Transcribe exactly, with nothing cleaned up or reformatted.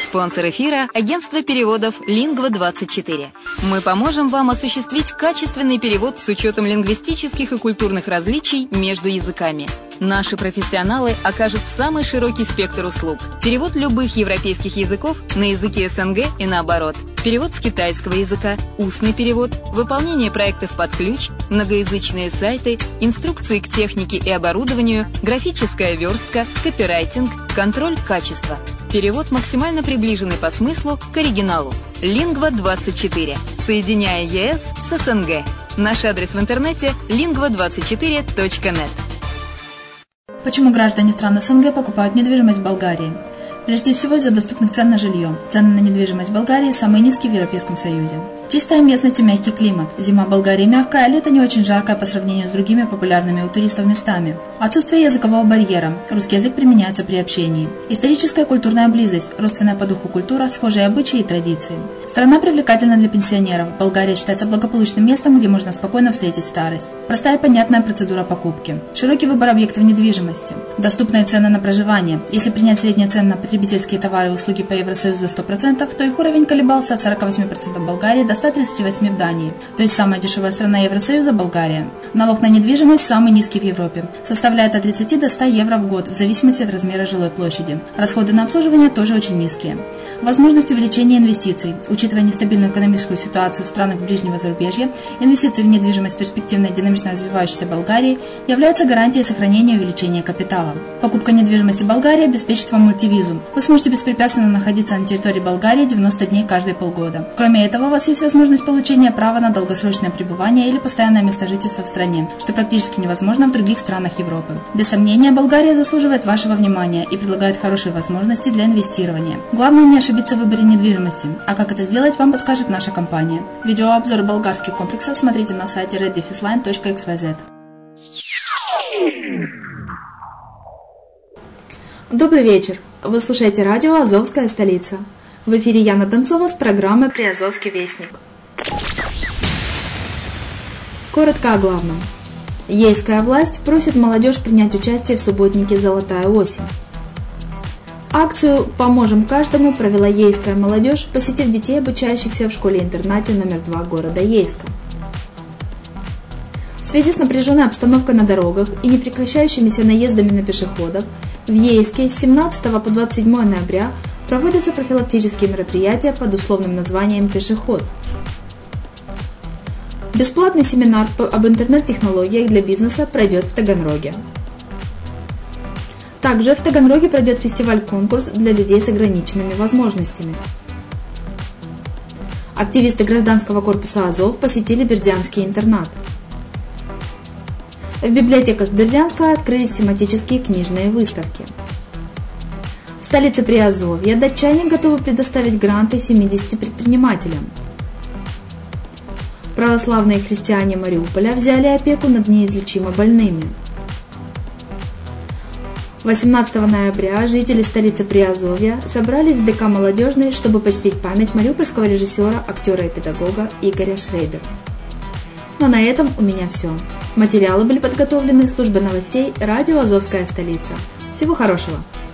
Спонсор эфира – агентство переводов Lingva двадцать четыре. Мы поможем вам осуществить качественный перевод с учетом лингвистических и культурных различий между языками. Наши профессионалы окажут самый широкий спектр услуг. Перевод любых европейских языков на языки СНГ и наоборот. Перевод с китайского языка, устный перевод, выполнение проектов под ключ, многоязычные сайты, инструкции к технике и оборудованию, графическая верстка, копирайтинг, контроль качества. Перевод максимально приближенный по смыслу к оригиналу. Lingva двадцать четыре. Соединяя ЕС с СНГ. Наш адрес в интернете lingva двадцать четыре точка нет. Почему граждане стран СНГ покупают недвижимость в Болгарии? Прежде всего из-за доступных цен на жилье. Цены на недвижимость в Болгарии самые низкие в Европейском Союзе. Чистая местность и мягкий климат. Зима в Болгарии мягкая, а лето не очень жаркое по сравнению с другими популярными у туристов местами. Отсутствие языкового барьера. Русский язык применяется при общении. Историческая и культурная близость. Родственная по духу культура, схожие обычаи и традиции. Страна привлекательна для пенсионеров. Болгария считается благополучным местом, где можно спокойно встретить старость. Простая и понятная процедура покупки. Широкий выбор объектов недвижимости. Доступные цены на проживание. Если принять средние цены на потребительские товары и услуги по Евросоюзу за сто процентов, то их уровень колебался от сорок восемь процентов в Болгарии до ста тридцати восьми процентов в Дании. То есть самая дешевая страна Евросоюза – Болгария. Налог на недвижимость самый низкий в Европе. Составляет от тридцати до ста евро в год, в зависимости от размера жилой площади. Расходы на обслуживание тоже очень низкие. Возможность увеличения инвестиций. Учитывая нестабильную экономическую ситуацию в странах ближнего зарубежья, инвестиции в недвижимость в перспективной динамично развивающейся Болгарии являются гарантией сохранения и увеличения капитала. Покупка недвижимости в Болгарии обеспечит вам мультивизу. Вы сможете беспрепятственно находиться на территории Болгарии девяносто дней каждые полгода. Кроме этого, у вас есть возможность получения права на долгосрочное пребывание или постоянное место жительства в стране, что практически невозможно в других странах Европы. Без сомнения, Болгария заслуживает вашего внимания и предлагает хорошие возможности для инвестирования. Главное не ошибиться в выборе недвижимости, а как это сделать, вам подскажет наша компания. Видеообзор болгарских комплексов смотрите на сайте red dash line точка икс уай зет. Добрый вечер! Вы слушаете радио «Азовская столица». В эфире Яна Донцова с программой «Приазовский вестник». Коротко о главном. Ейская власть просит молодежь принять участие в субботнике «Золотая осень». Акцию «Поможем каждому» провела ейская молодежь, посетив детей, обучающихся в школе-интернате номер два города Ейска. В связи с напряженной обстановкой на дорогах и непрекращающимися наездами на пешеходов, в Ейске с семнадцатого по двадцать седьмое ноября проводятся профилактические мероприятия под условным названием «Пешеход». Бесплатный семинар об интернет-технологиях для бизнеса пройдет в Таганроге. Также в Таганроге пройдет фестиваль-конкурс для людей с ограниченными возможностями. Активисты гражданского корпуса Азов посетили Бердянский интернат. В библиотеках Бердянска открылись тематические книжные выставки. В столице Приазовья датчане готовы предоставить гранты семидесяти предпринимателям. Православные христиане Мариуполя взяли опеку над неизлечимо больными. восемнадцатого ноября жители столицы Приазовья собрались в ДК «Молодежный», чтобы почтить память мариупольского режиссера, актера и педагога Игоря Шрейбера. Ну а на этом у меня все. Материалы были подготовлены службой новостей радио «Азовская столица». Всего хорошего!